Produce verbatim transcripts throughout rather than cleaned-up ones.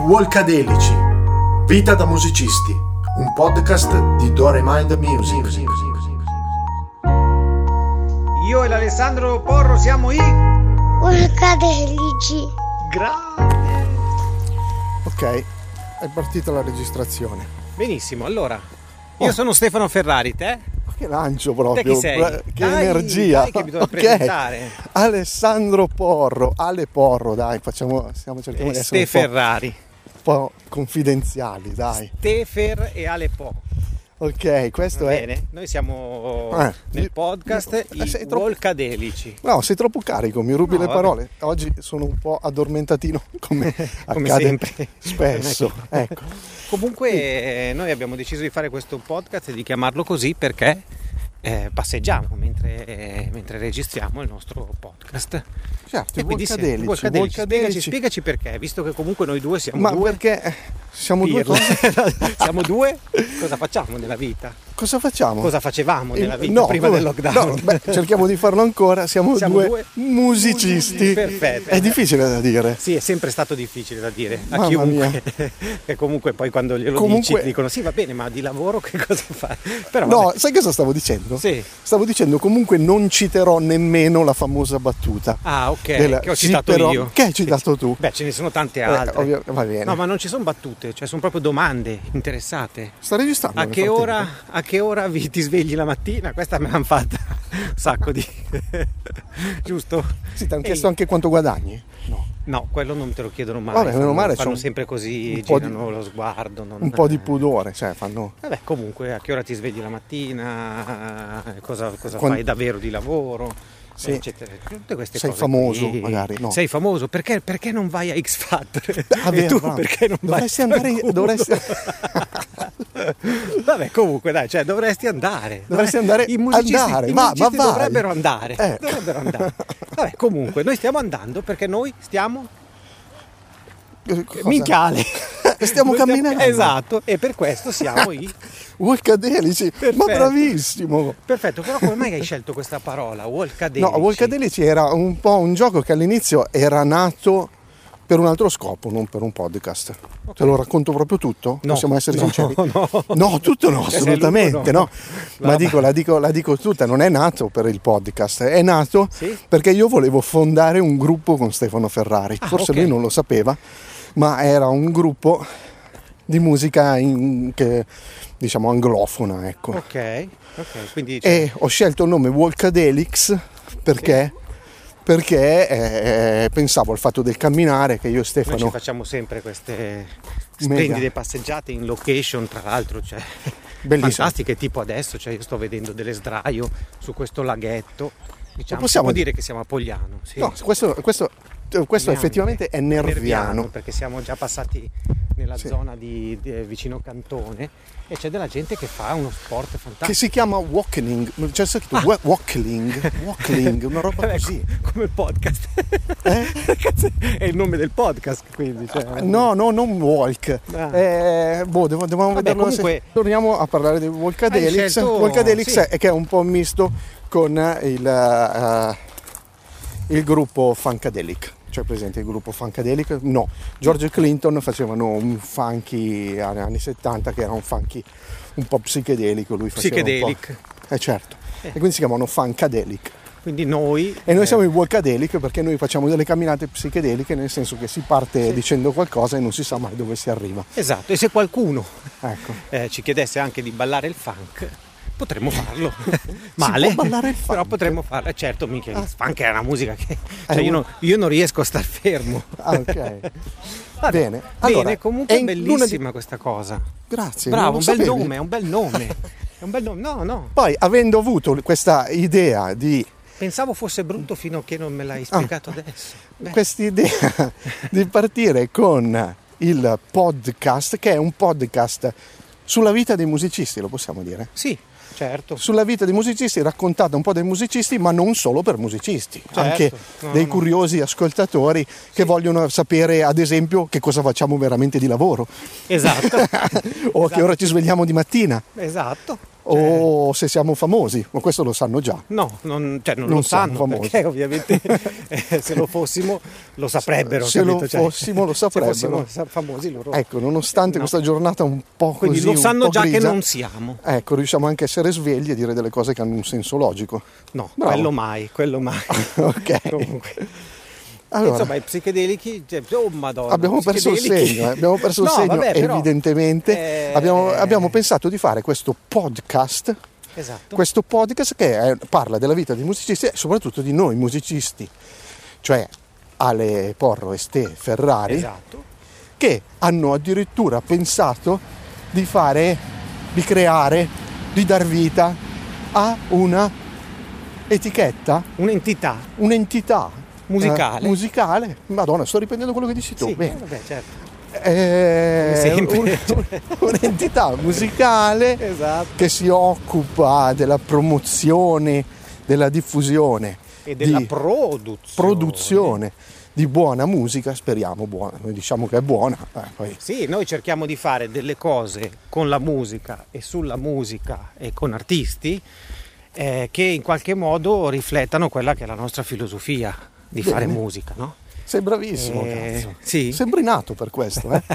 Walkadelici, vita da musicisti, un podcast di Dore Mind Music. Io e l'Alessandro Porro siamo i Walkadelici. Grande. Ok, è partita la registrazione. Benissimo, allora io Oh. sono Stefano Ferrari, te? Che lancio proprio, Te chi sei? Bra- che Dai, energia. dai che bisogna Ok. presentare. Alessandro Porro, Ale Porro, dai, facciamo, stiamo cercando E di essere Ste un po', Ferrari. un po' confidenziali, dai. Stefer e Ale Po. Ok, questo Va è... bene, noi siamo Eh, nel io- podcast eh, i sei troppo- Walkadelici. No, sei troppo carico, mi rubi No, le vabbè. parole. Oggi sono un po' addormentatino, come, Come accade sempre. spesso. Non è che- Ecco. Comunque eh, noi abbiamo deciso di fare questo podcast e di chiamarlo così perché eh, passeggiamo mentre, eh, mentre registriamo il nostro podcast. Certo, E i quindi sì, Walkadelici, Walkadelici. Spiegaci, Walkadelici. spiegaci perché, visto che comunque noi due siamo Ma due perché siamo due pirla. cose? Siamo due, cosa facciamo nella vita? Cosa facciamo? Cosa facevamo nella Il- vita no, prima come- del lockdown? no, beh, cerchiamo di farlo ancora. Siamo, Siamo due, due musicisti. Perfetto. È difficile da dire. Sì, è sempre stato difficile da dire a Mamma chiunque, che comunque poi quando glielo Comunque- dici ti dicono sì va bene, ma di lavoro che cosa fai? Però No, vabbè. sai cosa stavo dicendo? Sì. Stavo dicendo comunque non citerò nemmeno la famosa battuta. Ah, ok, Della- che ho sì, citato però- io. Che hai citato tu? Beh, ce ne sono tante Eh, altre. ovvio- va bene. No, ma non ci sono battute, cioè sono proprio domande interessate. Sta registrando? A nel che, frattempo? ora, a che ora vi ti svegli la mattina? Questa me l'hanno fatta un sacco di... giusto? Sì, ti hanno Ehi. chiesto anche quanto guadagni? No. No, quello non te lo chiedono mai. Vabbè, meno fanno, male, fanno c'è un- sempre così, un po' di- girano lo sguardo. Non... Un po' di pudore, cioè fanno... Vabbè, comunque, a che ora ti svegli la mattina? eh, Cosa, cosa Quando- fai davvero di lavoro? Sì. Eccetera. Tutte queste Sei cose famoso, qui. magari, no. Sei famoso, perché, perché non vai a X Factor? Ah, E vero, tu bravo. perché non Dovresti vai a andare- fanculo? dovresti- Vabbè, comunque, dai, cioè dovresti andare. Dovresti andare- I musicisti, andare, i ma- musicisti ma vai. dovrebbero andare. Eh. Dovrebbero andare. Vabbè, comunque, noi stiamo andando perché noi stiamo Cosa? minchiale. Stiamo Noi camminando. Esatto, e per questo siamo i Walkadelici, ma Perfetto. bravissimo! Perfetto, però come mai hai scelto questa parola? Walkadelici? No, Walkadelici era un po' un gioco che all'inizio era nato per un altro scopo, non per un podcast. Te lo racconto proprio tutto? No, Possiamo essere no, sinceri? no. No, tutto no, Se sei assolutamente lungo, no. no. Ma Vabbè. dico la, dico, la dico tutta, non è nato per il podcast, è nato Sì? perché io volevo fondare un gruppo con Stefano Ferrari. Ah, Forse ok. lui non lo sapeva, ma era un gruppo di musica in- che, diciamo anglofona, ecco. Ok, ok, quindi cioè, E ho scelto il nome Walkadelics perché, perché eh, pensavo al fatto del camminare che io e noi ci Stefano facciamo sempre queste splendide passeggiate in location, tra l'altro, cioè Bellissimo. fantastiche, tipo adesso, cioè io sto vedendo delle sdraio su questo laghetto, diciamo, possiamo si può dire- dire che siamo a Pogliano, sì. no, questo, questo, questo Nerviano. effettivamente è nerviano. perché siamo già passati nella Sì. zona di, di- vicino Cantone e c'è della gente che fa uno sport fantastico. Che si chiama walking, c'è scritto wa- walking, walking, una roba Vabbè, così. co- come il podcast. Eh? Cazzo, è il nome del podcast, quindi. Cioè, No, no, non walk. Ah. Eh, boh, devo, dobbiamo Vabbè, vederlo. se- comunque- Torniamo a parlare di Hai Walkadelics. scelto- Walkadelics sì. è che è un po' misto con il, eh, il gruppo Funkadelic. Cioè presente il gruppo Funkadelic? No, George Clinton facevano un funky anni anni settanta che era un funky un po' psichedelico, lui faceva Psichedelic. un po'. Eh certo. Eh. E quindi si chiamano Funkadelic. Quindi noi. E noi eh, siamo i Walkadelic perché noi facciamo delle camminate psichedeliche, nel senso che si parte Sì. dicendo qualcosa e non si sa mai dove si arriva. Esatto, e se qualcuno Ecco. eh, ci chiedesse anche di ballare il funk, potremmo farlo. Male, può ballare il funk? però potremmo farlo. Eh, certo, mica il Ah. funk è una musica che. È Cioè, io, un- non, io non riesco a star fermo. Ah, ok. Vabbè, Bene. Allora, bene, comunque è è in bellissima luna questa cosa. Grazie. non Bravo, lo un bel sapevi? nome, è un bel nome. È un bel nome. No, no. Poi, avendo avuto questa idea di Pensavo fosse brutto fino a che non me l'hai Ah. spiegato adesso. Beh, questa idea di partire con il podcast, che è un podcast sulla vita dei musicisti, lo possiamo dire? sì, certo. Sulla vita dei musicisti, raccontata un po' dai musicisti, ma non solo per musicisti, Certo. anche No, dei no. curiosi ascoltatori che vogliono sapere, ad esempio, che cosa facciamo veramente di lavoro Esatto. o a che ora ci svegliamo di mattina. Esatto. o se siamo famosi, ma questo lo sanno già. No, non, cioè non, Non lo siamo sanno, famosi. perché ovviamente eh, se lo fossimo lo saprebbero. Se lo capito? Cioè, fossimo lo saprebbero. Se fossimo sa- famosi loro. Ecco, nonostante No. questa giornata un po' così, Quindi lo un sanno po' già grigia, che non siamo. ecco, riusciamo anche a essere svegli e dire delle cose che hanno un senso logico. No, Bravo. quello mai, quello mai. Ok. Comunque. Allora, Insomma, i psichedelici, cioè, oh madonna. abbiamo perso il psichedelici. segno, eh, abbiamo perso il No, segno, vabbè, però, evidentemente. eh, Abbiamo, abbiamo pensato di fare questo podcast, Esatto. questo podcast che è- parla della vita dei musicisti e soprattutto di noi musicisti, cioè Ale Porro e Ste Ferrari, Esatto. che hanno addirittura pensato di fare, di creare, di dar vita a una etichetta, Un'entità un'entità musicale. eh, musicale. Madonna, sto riprendendo quello che dici tu. Sì, Bene. vabbè, certo. Eh, Come sempre. un- un'entità musicale Esatto. che si occupa della promozione, della diffusione E della di produzione. produzione di buona musica, speriamo buona, noi diciamo che è buona, eh, poi Sì, noi cerchiamo di fare delle cose con la musica e sulla musica e con artisti eh, che in qualche modo riflettano quella che è la nostra filosofia di Bene. fare musica, no? sei bravissimo, Eh, cazzo. sì. Sembri nato per questo, eh?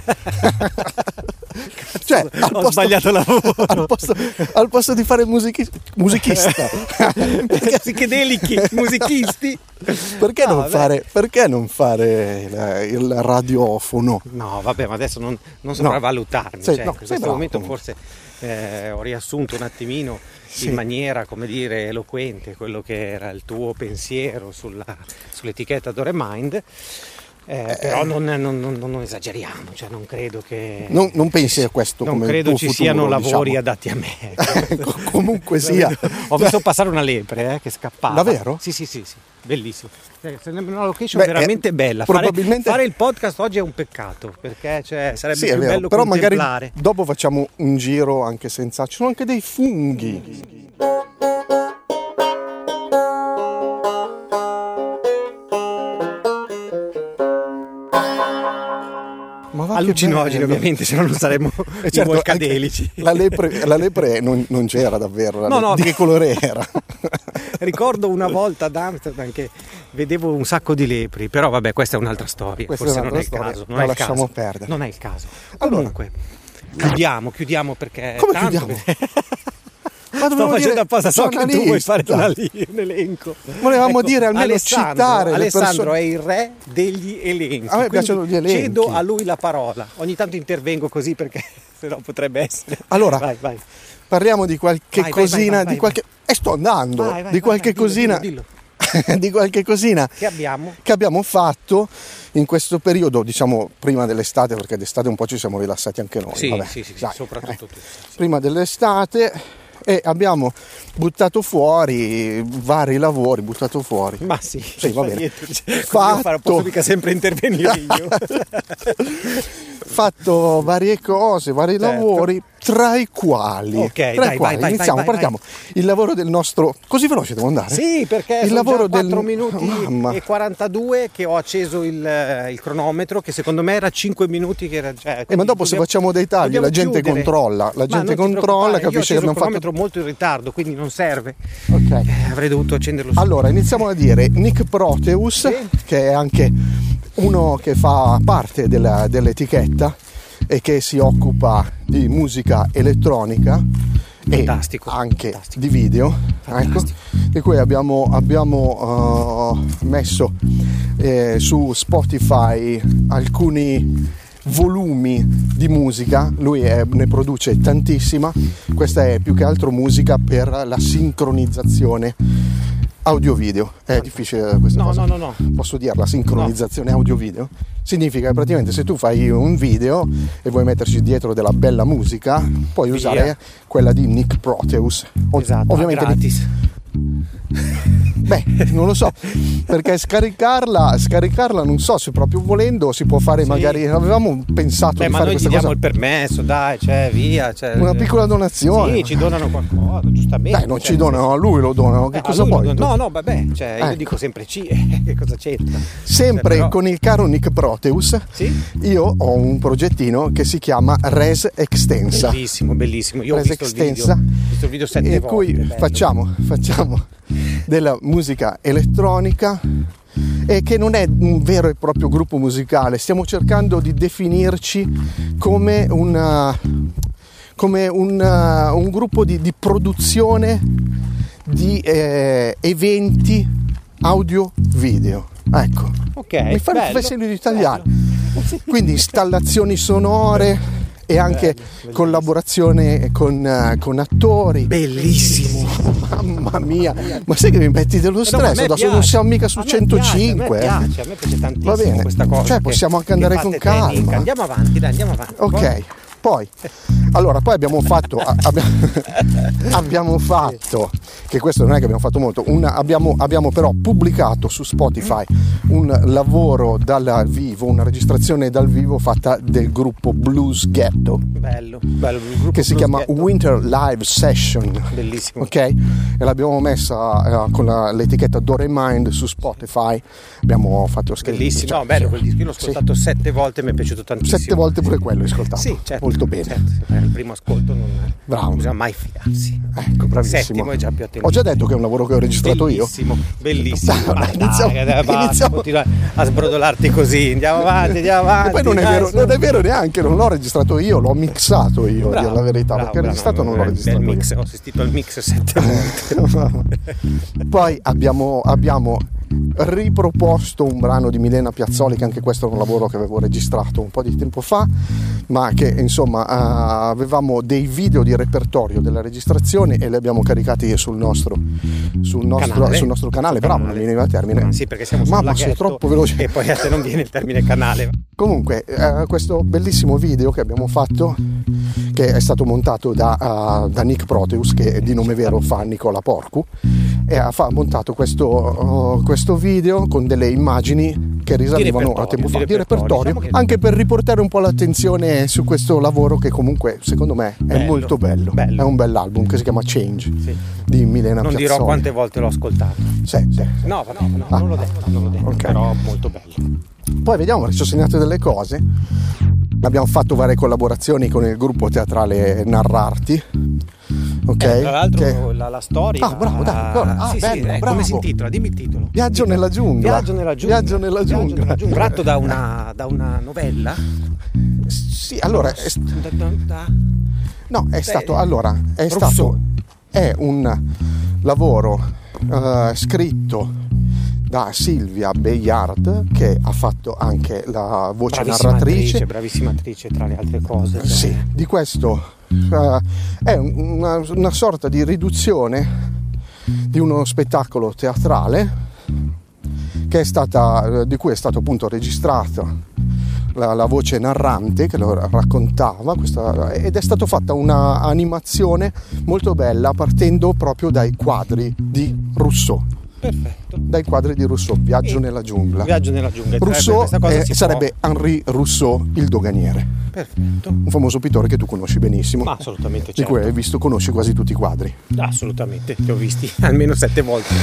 Cioè, al Ho posto, sbagliato lavoro. al posto, al posto di fare musichi- musichista, perché, Psichedelici, musicisti. perché, No, non vabbè. fare, perché non fare il, il radiofono? No, vabbè, ma adesso non, non sopravvalutarmi. Sei- cioè, no, in sei questo bravo, momento comunque. forse eh, ho riassunto un attimino Sì. in maniera, come dire, eloquente quello che era il tuo pensiero sulla, sull'etichetta Dore Mind. Eh, però non, non- non- non esageriamo, cioè non credo che Non, non pensi a questo non come credo tuo ci futuro, siano lavori diciamo. adatti a me. Ecco, comunque sia. Ho visto passare una lepre eh, che scappava. Davvero? Sì, sì, sì, sì. Bellissimo. Eh, sembra una location Beh, veramente eh, bella. Fare, probabilmente- fare il podcast oggi è un peccato, perché cioè, sarebbe Sì, è più vero, bello però magari contemplare. dopo facciamo un giro anche senza. Ci sono anche dei funghi. Ma va che Allucinogeni, bello. ovviamente, se no non saremmo E i certo, volcadelici. anche La lepre, la lepre non, non c'era davvero. la No, lepre- no. Di che colore era? Ricordo una volta ad Amsterdam che vedevo un sacco di lepri, però vabbè, questa è un'altra storia. Questa Forse è non è il un'altra caso. storia, Non la è il lasciamo caso. perdere. Non è il caso. Allora. Comunque, chiudiamo, chiudiamo perché. Come tanto chiudiamo? che- Ma Sto dovevo facendo dire apposta, so che tu vuoi fare giornalista. una li- un elenco. Volevamo dire almeno Alessandro, citare le Alessandro persone- è il re degli elenchi. A me quindi piacciono gli elenchi. Cedo a lui la parola. Ogni tanto intervengo così perché sennò potrebbe essere. Allora, vai, vai. Parliamo di qualche Vai, vai, cosina, vai, vai, di vai, qualche. E sto andando! Vai, vai, di vai, qualche vai, dillo, cosina. dillo, di qualche cosina Che abbiamo? che abbiamo fatto in questo periodo, diciamo prima dell'estate, perché d'estate un po' ci siamo rilassati anche noi. Sì, vabbè, sì, sì, sì, dai, soprattutto eh. tu. Sì. Prima dell'estate e abbiamo buttato fuori vari lavori, buttato fuori. Ma sì, Sì, va bene. niente, cioè, Fatto. io fare- posso mica sempre intervenire io. Fatto varie cose, vari Certo. lavori, tra i quali, Ok, tra i dai, quali vai, vai, iniziamo, vai, vai, partiamo. Il lavoro del nostro. Così veloce devo andare? Sì, perché il sono lavoro già del quattro minuti Mamma. e quarantadue che ho acceso il, eh, il cronometro, che secondo me era cinque minuti che era, cioè, Eh, ma dopo se dobbiamo- facciamo dei tagli dobbiamo la gente chiudere. controlla, la Ma gente non ti controlla, preoccupare, capisce io ho che acceso abbiamo il fatto. cronometro molto in ritardo, quindi non serve. Ok. Eh, avrei dovuto accenderlo subito. Allora, iniziamo a dire Nick Proteus, Sì. che è anche uno che fa parte della- dell'etichetta e che si occupa di musica elettronica Fantastico, e anche fantastico. di video, Fantastico. ecco, di cui abbiamo, abbiamo uh, messo eh, su Spotify alcuni volumi di musica. Lui è- ne produce tantissima. Questa è più che altro musica per la sincronizzazione audio-video. È difficile questa No, cosa. no, no, no. Posso dirla, sincronizzazione audio-video? Significa che praticamente se tu fai un video e vuoi metterci dietro della bella musica, puoi Via. usare quella di Nick Proteus. O- Esatto, ovviamente gratis. Beh, non lo so, perché scaricarla, scaricarla non so se proprio volendo si può fare, sì. Magari avevamo pensato Beh, di ma fare noi questa gli diamo cosa. Il permesso, dai, cioè via. Cioè, una piccola donazione. Sì, ci donano qualcosa, giustamente. Beh, non cioè, ci donano, a lui lo donano, che eh, cosa vuoi? vuoi? No, no, vabbè, cioè, io ecco. dico sempre C, che cosa c'entra? Sempre cioè, però... con il caro Nick Proteus, sì? Io ho un progettino che si chiama Res Extensa. Bellissimo, bellissimo. Io Res ho visto Extensa, il video, ho visto il video sette in volte. cui bello. facciamo, facciamo della musica elettronica e che non è un vero e proprio gruppo musicale. Stiamo cercando di definirci come una come un, uh, un gruppo di, di produzione di eh, eventi audio video. Ecco, okay, mi fa bello, il segno di italiano. bello. Quindi installazioni sonore e anche bello, collaborazione con, uh, con attori. Bellissimo. Mamma mia, ma sai che mi metti dello stress? No, Adesso non siamo mica su a me centocinque. Piace, a me piace, a me piace tantissimo. Va bene, questa cosa. cioè che, possiamo anche andare con calma. Training. Andiamo avanti, dai, andiamo avanti. Ok. Poi... Poi, allora, poi abbiamo fatto, abbiamo, abbiamo fatto, che questo non è che abbiamo fatto molto, una, abbiamo, abbiamo però pubblicato su Spotify un lavoro dal vivo, una registrazione dal vivo fatta del gruppo Blues Ghetto. Bello, bello. Il gruppo che si Blues chiama Ghetto. Winter Live Session. Bellissimo. Ok? E l'abbiamo messa eh, con la, l'etichetta Dore Mind su Spotify. Abbiamo fatto scherzi. Bellissimo, cioè, no, bello, sì. quel disco io l'ho ascoltato Sì. sette volte e mi è piaciuto tantissimo. Sette volte pure quello hai ascoltato. Sì, certo. Molto bene. Certo, il primo ascolto non, Bravo. non bisogna mai fidarsi. Ecco, bravissimo. Il settimo è già più attento. Ho già detto che è un lavoro che ho registrato bellissimo, io. Bellissimo, bellissimo. Dai, iniziamo, dai, dai, basta, iniziamo. continua a sbrodolarti così. Andiamo avanti, andiamo avanti. E poi non è, dai, vero, su. non è vero neanche, non l'ho registrato io, l'ho mixato io, Bravo, a dire la verità, bravo, perché il registrato bravo, non l'ho bel registrato io. mix, ho assistito al mix sette volte. Poi abbiamo, abbiamo riproposto un brano di Milena Piazzoli, che anche questo è un lavoro che avevo registrato un po' di tempo fa, ma che insomma uh, avevamo dei video di repertorio della registrazione e li abbiamo caricati sul nostro sul nostro canale, sul nostro canale. Bravo, non mi veniva il termine. Ma sì, perché siamo sul Mamma, sono laghetto troppo veloce. e poi a te non viene il termine canale. Comunque uh, questo bellissimo video che abbiamo fatto, che è stato montato da, uh, da Nick Proteus, che di nome vero fa Nicola Porcu, e ha fa, montato questo, uh, questo video con delle immagini che risalivano a tempo fa di repertorio, diciamo che... anche per riportare un po' l'attenzione su questo lavoro che comunque secondo me è bello, molto bello. bello. È un bell'album che si chiama Change, sì. di Milena non Piazzoli. dirò quante volte l'ho ascoltato. Sette. No, no, no, Ah. non l'ho detto, non l'ho detto, Okay. però molto bello. Poi vediamo, ci ho segnato delle cose. Abbiamo fatto varie collaborazioni con il gruppo teatrale Narrarti. Ok, eh, tra l'altro che... la, la storia. Ah, bravo, dai, allora, ah, sì, bello, sì, eh, bravo. come si intitola? Dimmi il titolo. Viaggio nella giungla. Viaggio nella giungla. Viaggio nella Viaggio giungla. nella giungla. Tratto da una, da una novella. Sì, allora è, no, è Beh, stato allora è Rousseau. stato è un lavoro uh, scritto da Silvia Bayard, che ha fatto anche la voce bravissima narratrice. Attrice, bravissima attrice tra le altre cose. Cioè. Sì, di questo uh, è una, una sorta di riduzione di uno spettacolo teatrale che è stata, di cui è stato appunto registrato la, la voce narrante che lo raccontava questa, ed è stata fatta una animazione molto bella partendo proprio dai quadri di Rousseau. Perfetto. Dai quadri di Rousseau, Viaggio E nella giungla. Viaggio nella giungla. Rousseau questa cosa eh, si sarebbe Henri Rousseau, il doganiere, può... Perfetto. un famoso pittore che tu conosci benissimo, Ma assolutamente di certo. cui hai visto, conosci quasi tutti i quadri. Assolutamente, li ho visti almeno sette volte.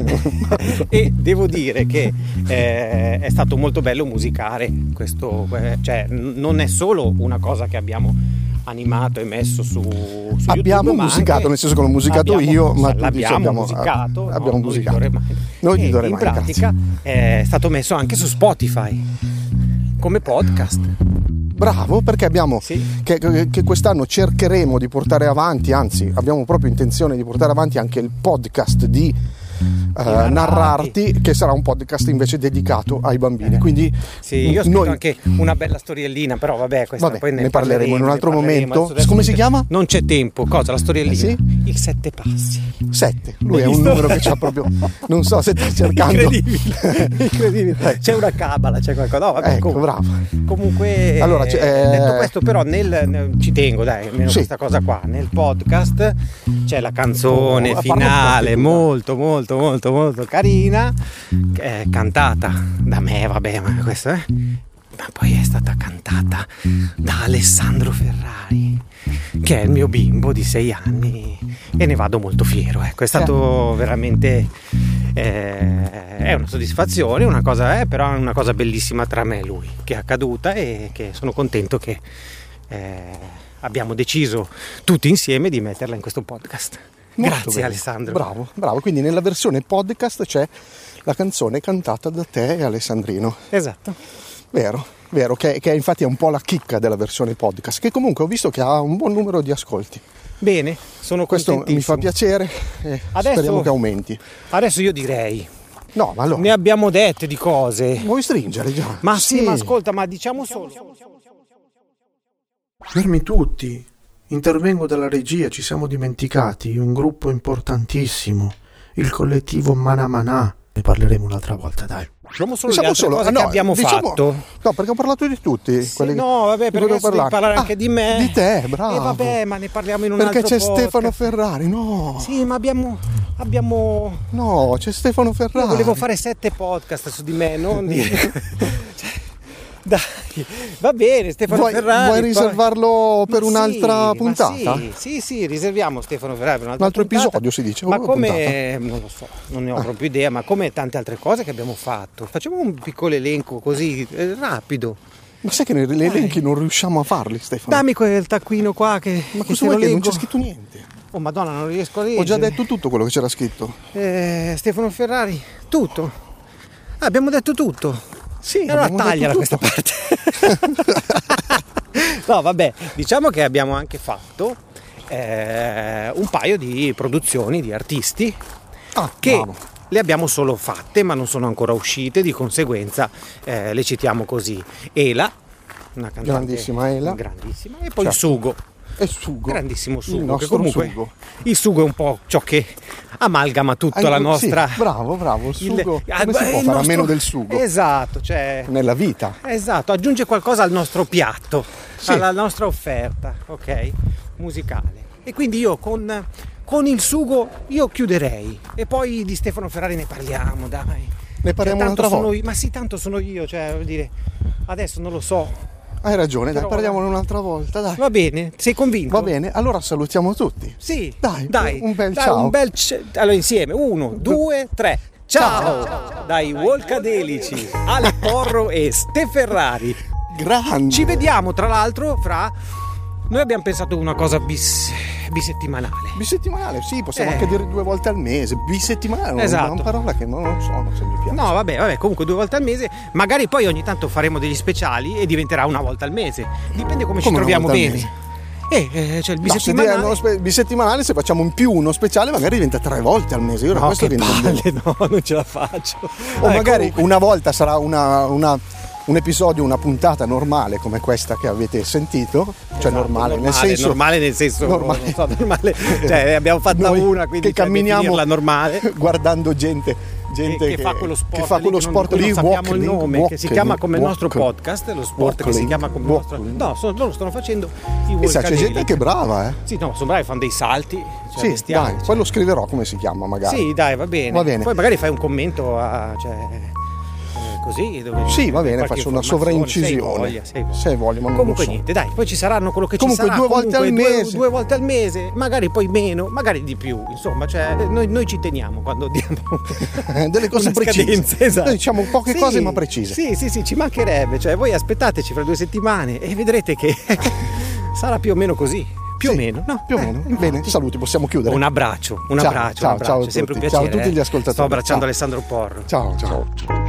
E devo dire che eh, è stato molto bello musicare questo, eh, cioè n- non è solo una cosa che abbiamo animato e messo su, su Abbiamo YouTube, ma musicato, anche nel senso che l'ho musicato abbiamo, io, ma tu dici l'abbiamo abbiamo- musicato, abbiamo no, musicato. Noi di Dore Mind. Noi di E Dore in Mind, pratica è stato messo anche su Spotify come podcast. Bravo, perché abbiamo Sì. che, che quest'anno cercheremo di portare avanti, anzi abbiamo proprio intenzione di portare avanti anche il podcast di uh, Narrarti. Narrarti, che sarà un podcast invece dedicato ai bambini. Quindi Sì, io ho scritto noi anche una bella storiellina, però vabbè, questa Vabbè, poi ne, ne parleremo in un altro ne parleremo. momento. Adesso Come non si c'è- chiama? Non c'è tempo. Cosa? La storiellina? Eh, sì? Il sette passi. sette, lui Hai è un visto? numero che c'ha proprio, non so se stai cercando. Incredibile, incredibile. C'è una cabala, c'è qualcosa. No, vabbè, Ecco, com- bravo. Comunque, Allora, eh, c'è- detto questo, però, nel, nel- ci tengo, dai, almeno Sì. questa cosa qua. Nel podcast c'è la canzone Oh, parla un po' finale, di tu, molto, molto molto molto molto carina, eh, cantata da me, vabbè, ma questo è, ma poi è stata cantata da Alessandro Ferrari, che è il mio bimbo di sei anni, e ne vado molto fiero, ecco, è stato veramente eh, è una soddisfazione, una cosa, eh, però è una cosa bellissima tra me e lui che è accaduta, e che sono contento che eh, abbiamo deciso tutti insieme di metterla in questo podcast. Molto Grazie bene. Alessandro. Bravo, bravo. Quindi nella versione podcast c'è la canzone cantata da te e Alessandrino. Esatto. Vero, vero, che, che infatti è un po' la chicca della versione podcast, che comunque ho visto che ha un buon numero di ascolti. Bene, sono Questo mi contentissimo. fa piacere e Adesso- speriamo che aumenti. Adesso io direi, No, ma allora, ne abbiamo dette di cose. vuoi stringere già? Ma sì, ma ascolta, ma diciamo solo. Fermi tutti, intervengo dalla regia, ci siamo dimenticati, un gruppo importantissimo, il collettivo Manamanà. Ne parleremo un'altra volta, dai. Diciamo solo Diciamo le altre solo- cose ah, che no, abbiamo diciamo- fatto. No, perché ho parlato di tutti. Sì, quelli che- no, vabbè, di perché cui adesso devo devi parlare anche Ah, di me. Di te, bravo. E vabbè, ma ne parliamo in un Perché altro c'è podcast. Stefano Ferrari, no. Sì, ma abbiamo abbiamo No, c'è Stefano Ferrari. Io volevo fare sette podcast su di me, non dire. Cioè, dai, va bene, Stefano Vuoi, Ferrari. vuoi poi- riservarlo per Ma un'altra sì, puntata? ma Sì, sì, sì, riserviamo Stefano Ferrari per Un un'altra altro puntata. episodio si dice. o Ma una come, non lo so, non ne ho proprio idea, ma come tante altre cose che abbiamo fatto. Facciamo un piccolo elenco così, eh, rapido. puntata? Ma sai che nei nei elenchi non riusciamo a farli, Stefano? Dammi quel taccuino qua che, Ma che cosa te lo vuoi che non leggo. c'è scritto niente? Oh madonna, non riesco a leggere. Ho già detto tutto quello che c'era scritto. Eh, Stefano Ferrari, tutto. Ah, abbiamo detto tutto. Sì, Allora abbiamo tagliala detto questa tutto. parte. No, vabbè, diciamo che abbiamo anche fatto eh, un paio di produzioni di artisti Ah, che bravo. le abbiamo solo fatte ma non sono ancora uscite, di conseguenza eh, le citiamo così. Ela, una cantante Grandissima Ela. grandissima, e poi Certo. Sugo, E Sugo. grandissimo Sugo, Il che nostro comunque Sugo. il Sugo è un po' ciò che amalgama tutta Ah, la sì, nostra bravo, bravo. Il sugo. il- Come si il può fare a nostro- meno del sugo? Esatto, cioè Nella vita. esatto, aggiunge qualcosa al nostro piatto, Sì. alla nostra offerta, ok? Musicale. E quindi io con, con il Sugo io chiuderei, e poi di Stefano Ferrari ne parliamo, dai. Ne parliamo Cioè, tanto un'altra sono volta. io, ma sì, tanto sono io, cioè vuol dire, adesso non lo so. Hai ragione, dai, Però- parliamone un'altra volta, dai. Va bene, sei convinto? Va bene, allora salutiamo tutti. Sì, Dai, dai, un bel dai, ciao. un bel c- allora insieme, uno, due, tre. Ciao, dai Volcadelici, Ale Porro e Ste Ferrari. Grande. Ci vediamo tra l'altro fra... Noi abbiamo pensato una cosa bis... bisettimanale. Bisettimanale, sì, possiamo Eh. anche dire due volte al mese. Bisettimanale, Esatto. è una parola che non lo so, non se mi piace. No, vabbè, vabbè, comunque due volte al mese. Magari poi ogni tanto faremo degli speciali e diventerà una volta al mese. Dipende come, ci Come una troviamo volta al bene. mese? Eh, eh, cioè il No, se bisettimanale. dire uno spe- bisettimanale, se facciamo in più uno speciale, magari diventa tre volte al mese. Io era No, questo che che intendevo. palle, no, non ce la faccio. O Vabbè, magari comunque- una volta sarà una, una- un episodio, una puntata normale come questa che avete sentito, cioè Esatto, normale, nel normale, senso normale nel senso normale. non so, normale. Cioè abbiamo fatta Noi una, quindi che cioè, camminiamo definirla normale. guardando gente, gente che, che fa quello sport, che fa lì, quello che non- sport di cui lì, non sappiamo il walking, nome, che si walking, chiama come il nostro walking. podcast, lo sport che si Walking, chiama come il nostro. walking. No, sono- loro stanno facendo i Chissà, c'è Volcadelic. gente che è brava, eh. Sì, no, sono bravi, fanno dei salti, cioè Sì, bestiali, dai, cioè. poi lo scriverò come si chiama magari. Sì, dai, va bene. Va bene. Poi magari fai un commento a, cioè, eh, così dove Sì, va bene, qualche faccio una informazione, sovraincisione. sei voglia, sei voglia. Se voglio, ma non Comunque lo so. niente, dai, poi ci saranno quello che Comunque ci sarà. due volte al Comunque due- mese. Due volte al mese, magari poi meno, magari di più. Insomma, cioè, noi, noi ci teniamo quando diamo Delle cose una precise. scadenza, esatto. Noi diciamo poche Sì, cose ma precise. Sì, sì, sì, ci mancherebbe. Cioè, voi aspettateci fra due settimane e vedrete che sarà più o meno così. Più Sì, o meno, no? Più o Eh, meno. infatti. Bene, ti saluti, possiamo chiudere. Un abbraccio, un Ciao, abbraccio, ciao, un abbraccio. ciao a È sempre un tutti, ciao a piacere. tutti eh. gli ascoltatori. Sto abbracciando Ciao. Alessandro Porro. Ciao, ciao.